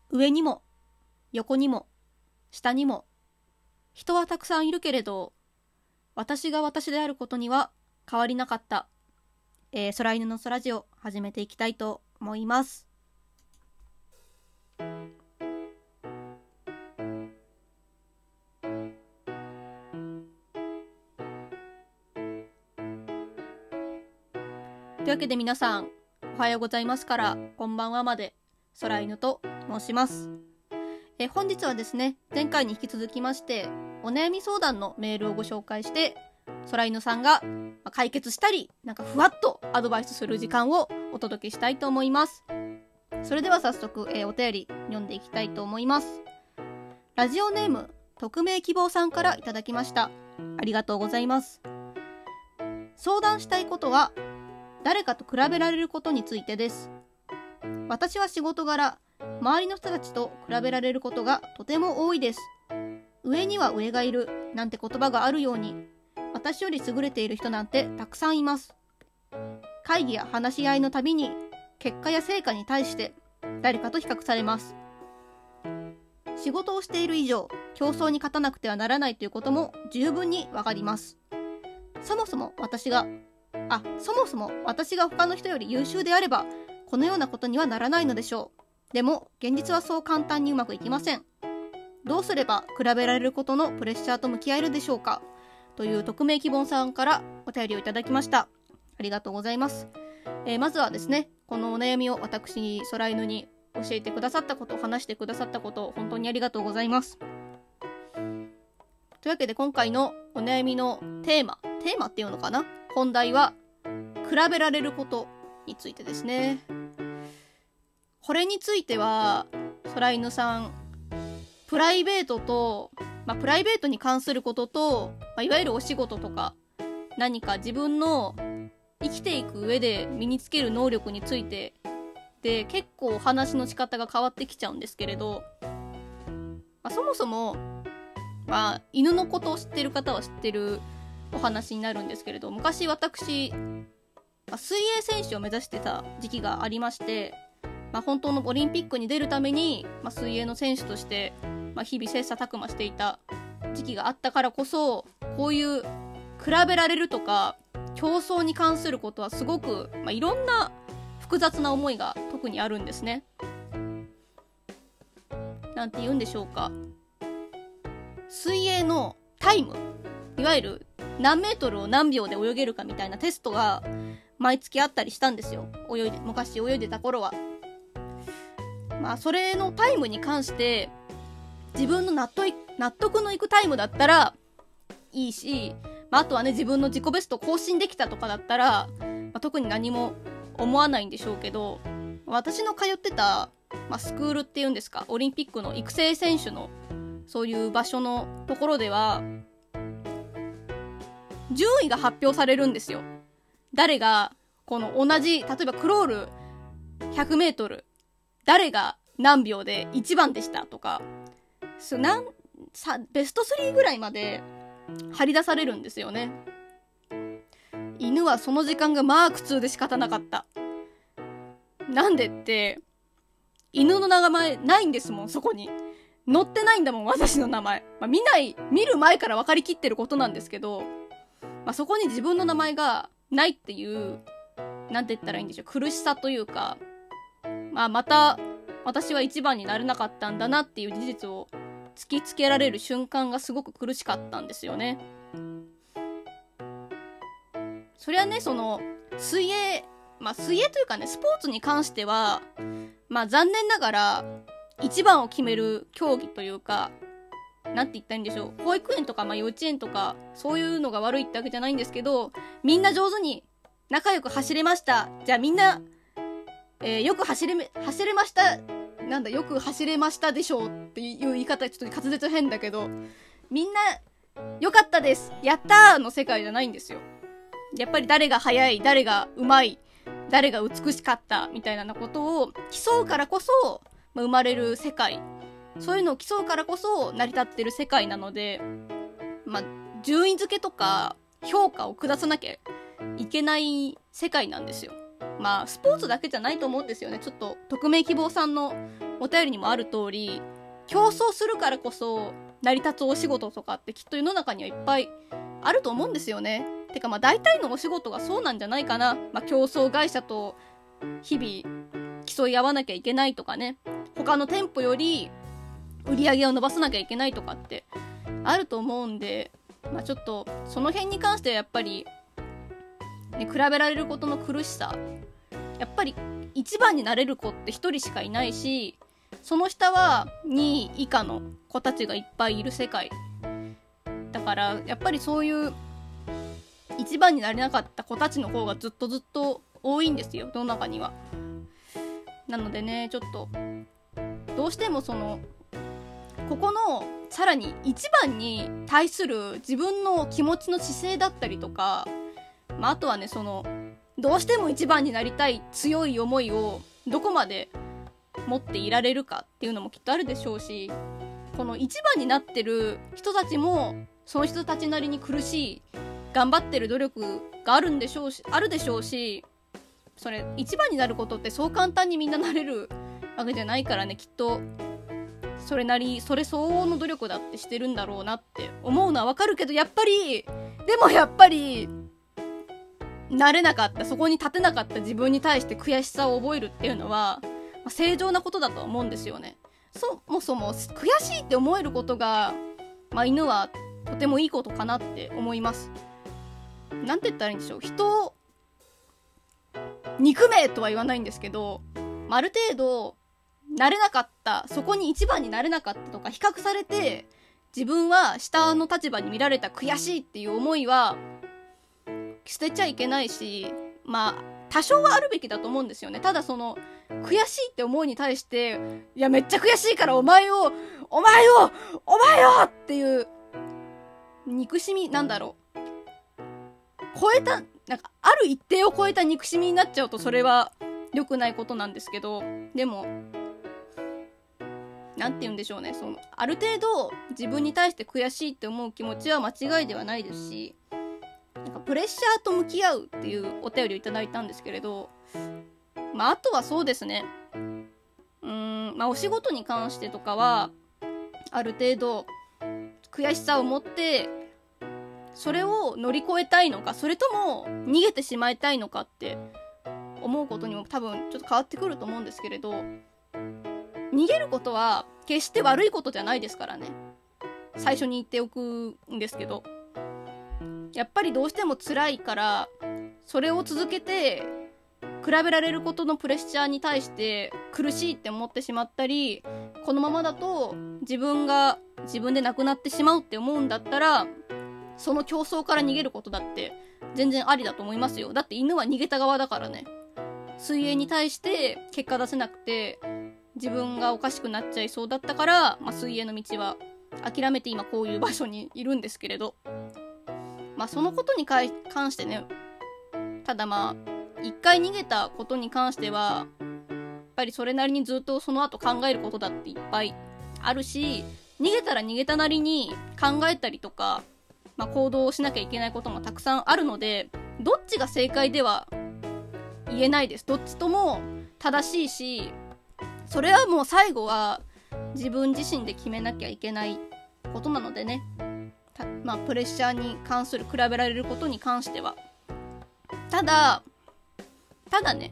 上にも横にも下にも人はたくさんいるけれど、私が私であることには変わりなかった。空犬の空ジオ始めていきたいと思います。というわけで皆さん、おはようございますからこんばんはまで、空犬と申します。本日はですね、前回に引き続きましてお悩み相談のメールをご紹介して、空犬さんが解決したり、なんかふわっとアドバイスする時間をお届けしたいと思います。それでは早速、お便り読んでいきたいと思います。ラジオネーム匿名希望さんからいただきました。ありがとうございます。相談したいことは誰かと比べられることについてです。私は仕事柄、周りの人たちと比べられることがとても多いです。上には上がいるなんて言葉があるように、私より優れている人なんてたくさんいます。会議や話し合いのたびに結果や成果に対して誰かと比較されます。仕事をしている以上、競争に勝たなくてはならないということも十分にわかります。そもそも私が他の人より優秀であれば、このようなことにはならないのでしょう。でも現実はそう簡単にうまくいきません。どうすれば比べられることのプレッシャーと向き合えるでしょうか、という匿名希望さんからお便りをいただきました。ありがとうございます。まずはですね、このお悩みを私空犬に教えてくださったこと、話してくださったこと、本当にありがとうございます。というわけで今回のお悩みのテーマっていうのかな、本題は比べられることについてですね。これについては空犬さん、プライベートに関することと、いわゆるお仕事とか何か自分の生きていく上で身につける能力についてで結構お話の仕方が変わってきちゃうんですけれど、そもそも、犬のことを知ってる方は知ってるお話になるんですけれど、昔私、水泳選手を目指してた時期がありまして、本当のオリンピックに出るために、水泳の選手として、日々切磋琢磨していた時期があったからこそ、こういう比べられるとか競争に関することはすごく、いろんな複雑な思いが特にあるんですね。なんて言うんでしょうか、水泳のタイム、いわゆる何メートルを何秒で泳げるかみたいなテストが毎月あったりしたんですよ。昔泳いでた頃は。それのタイムに関して自分の納得のいくタイムだったらいいし、あとはね、自分の自己ベスト更新できたとかだったら、特に何も思わないんでしょうけど、私の通ってた、スクールっていうんですか、オリンピックの育成選手のそういう場所のところでは順位が発表されるんですよ。誰がこの同じ、例えばクロール100メートル誰が何秒で1番でしたとか、ベスト3ぐらいまで張り出されるんですよね。犬はその時間が苦痛で仕方なかった。なんでって、犬の名前ないんですもん。そこに載ってないんだもん、私の名前。見る前から分かりきってることなんですけど、そこに自分の名前がないっていう、なんて言ったらいいんでしょう、苦しさというか、また私は一番になれなかったんだなっていう事実を突きつけられる瞬間がすごく苦しかったんですよね。そりゃね、その水泳というかね、スポーツに関しては残念ながら一番を決める競技というか、なんて言ったらいいんでしょう、保育園とか幼稚園とかそういうのが悪いってわけじゃないんですけど、みんな上手に仲良く走れました、じゃあみんな、よく走れましたよく走れましたでしょうっていう言い方、ちょっと滑舌変だけど、みんなよかったです、やったーの世界じゃないんですよ。やっぱり誰が速い、誰が上手い、誰が美しかったみたいなことを競うからこそ、生まれる世界、そういうのを競うからこそ成り立ってる世界なので、順位付けとか評価を下さなきゃいけない世界なんですよ。 スポーツだけじゃないと思うんですよね。ちょっと匿名希望さんのお便りにもある通り、競争するからこそ成り立つお仕事とかってきっと世の中にはいっぱいあると思うんですよね。てか大体のお仕事がそうなんじゃないかな。競争会社と日々競い合わなきゃいけないとかね、他の店舗より売り上げを伸ばさなきゃいけないとかってあると思うんで、ちょっとその辺に関してはやっぱり、ね、比べられることの苦しさ、やっぱり一番になれる子って一人しかいないし、その下は2位以下の子たちがいっぱいいる世界だから、やっぱりそういう一番になれなかった子たちの方がずっと多いんですよ、世の中には。なのでね、ちょっとどうしてもここのさらに一番に対する自分の気持ちの姿勢だったりとか、あとはね、どうしても一番になりたい強い思いをどこまで持っていられるかっていうのもきっとあるでしょうし、この一番になってる人たちもその人たちなりに苦しい頑張ってる努力があるでしょうし、それ一番になることってそう簡単にみんななれるわけじゃないからね、きっとそれ相応の努力だってしてるんだろうなって思うのはわかるけど、やっぱりなれなかった、そこに立てなかった自分に対して悔しさを覚えるっていうのは、正常なことだと思うんですよね。そもそも悔しいって思えることが、犬はとてもいいことかなって思います。なんて言ったらいいんでしょう、人を憎めとは言わないんですけど、ある程度なれなかった、そこに一番になれなかったとか比較されて自分は下の立場に見られた悔しいっていう思いは捨てちゃいけないし、多少はあるべきだと思うんですよね。ただ悔しいって思いに対して、いやめっちゃ悔しいからお前よっていう憎しみ、超えた、ある一定を超えた憎しみになっちゃうとそれは良くないことなんですけど、でもなんて言うんでしょうね、ある程度自分に対して悔しいって思う気持ちは間違いではないですし、プレッシャーと向き合うっていうお便りをいただいたんですけれど、あとはそうですね、お仕事に関してとかはある程度悔しさを持ってそれを乗り越えたいのか、それとも逃げてしまいたいのかって思うことにも多分ちょっと変わってくると思うんですけれど、逃げることは決して悪いことじゃないですからね。最初に言っておくんですけど、やっぱりどうしても辛いからそれを続けて比べられることのプレッシャーに対して苦しいって思ってしまったり、このままだと自分で亡くなってしまうって思うんだったら、その競争から逃げることだって全然ありだと思いますよ。だって犬は逃げた側だからね。水泳に対して結果出せなくて自分がおかしくなっちゃいそうだったから、水泳の道は諦めて今こういう場所にいるんですけれど、そのことに関してね、ただ一回逃げたことに関してはやっぱりそれなりにずっとその後考えることだっていっぱいあるし、逃げたら逃げたなりに考えたりとか、行動をしなきゃいけないこともたくさんあるので、どっちが正解では言えないです。どっちとも正しいし、それはもう最後は自分自身で決めなきゃいけないことなのでね。プレッシャーに関する比べられることに関しては、ただね、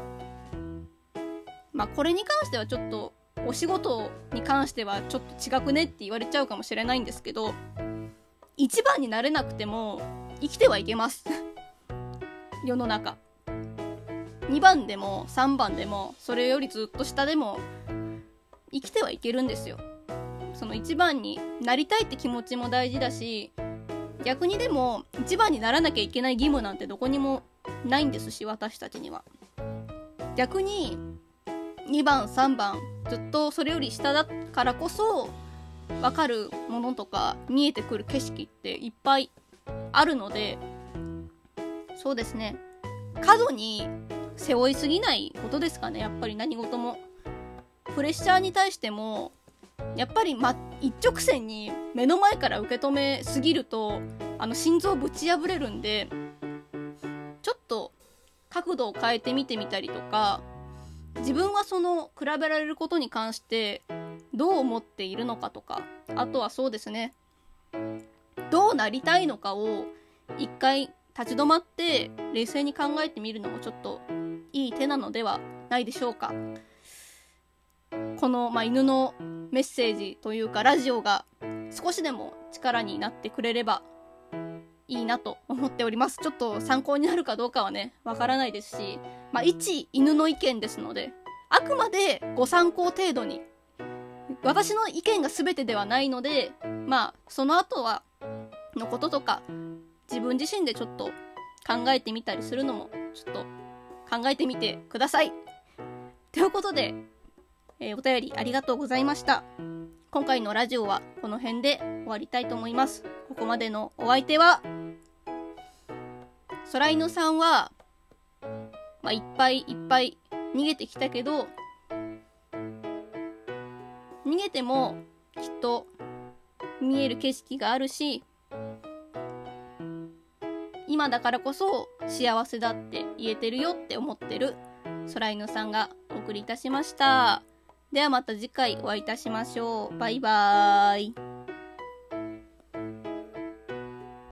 これに関してはちょっとお仕事に関してはちょっと違くねって言われちゃうかもしれないんですけど、一番になれなくても生きてはいけます世の中。2番でも3番でもそれよりずっと下でも生きてはいけるんですよ。その一番になりたいって気持ちも大事だし、逆にでも一番にならなきゃいけない義務なんてどこにもないんですし、私たちには。逆に2番3番ずっとそれより下だからこそ分かるものとか見えてくる景色っていっぱいあるので、そうですね、過度に背負いすぎないことですかね。やっぱり何事もプレッシャーに対してもやっぱり一直線に目の前から受け止めすぎると心臓ぶち破れるんで、ちょっと角度を変えて見てみたりとか、自分はその比べられることに関してどう思っているのかとか、あとはそうですね、どうなりたいのかを一回立ち止まって冷静に考えてみるのもちょっといい手なのではないでしょうか。この、犬のメッセージというかラジオが少しでも力になってくれればいいなと思っております。ちょっと参考になるかどうかはね、わからないですし、一犬の意見ですので、あくまでご参考程度に、私の意見が全てではないので、その後はのこととか自分自身でちょっと考えてみたりするのもちょっと考えてみてください。ということで、お便りありがとうございました。今回のラジオはこの辺で終わりたいと思います。ここまでのお相手は、空犬さんは、いっぱい逃げてきたけど、逃げてもきっと見える景色があるし、今だからこそ幸せだって言えてるよって思ってる空犬さんがお送りいたしました。ではまた次回お会いいたしましょう。バイバーイ。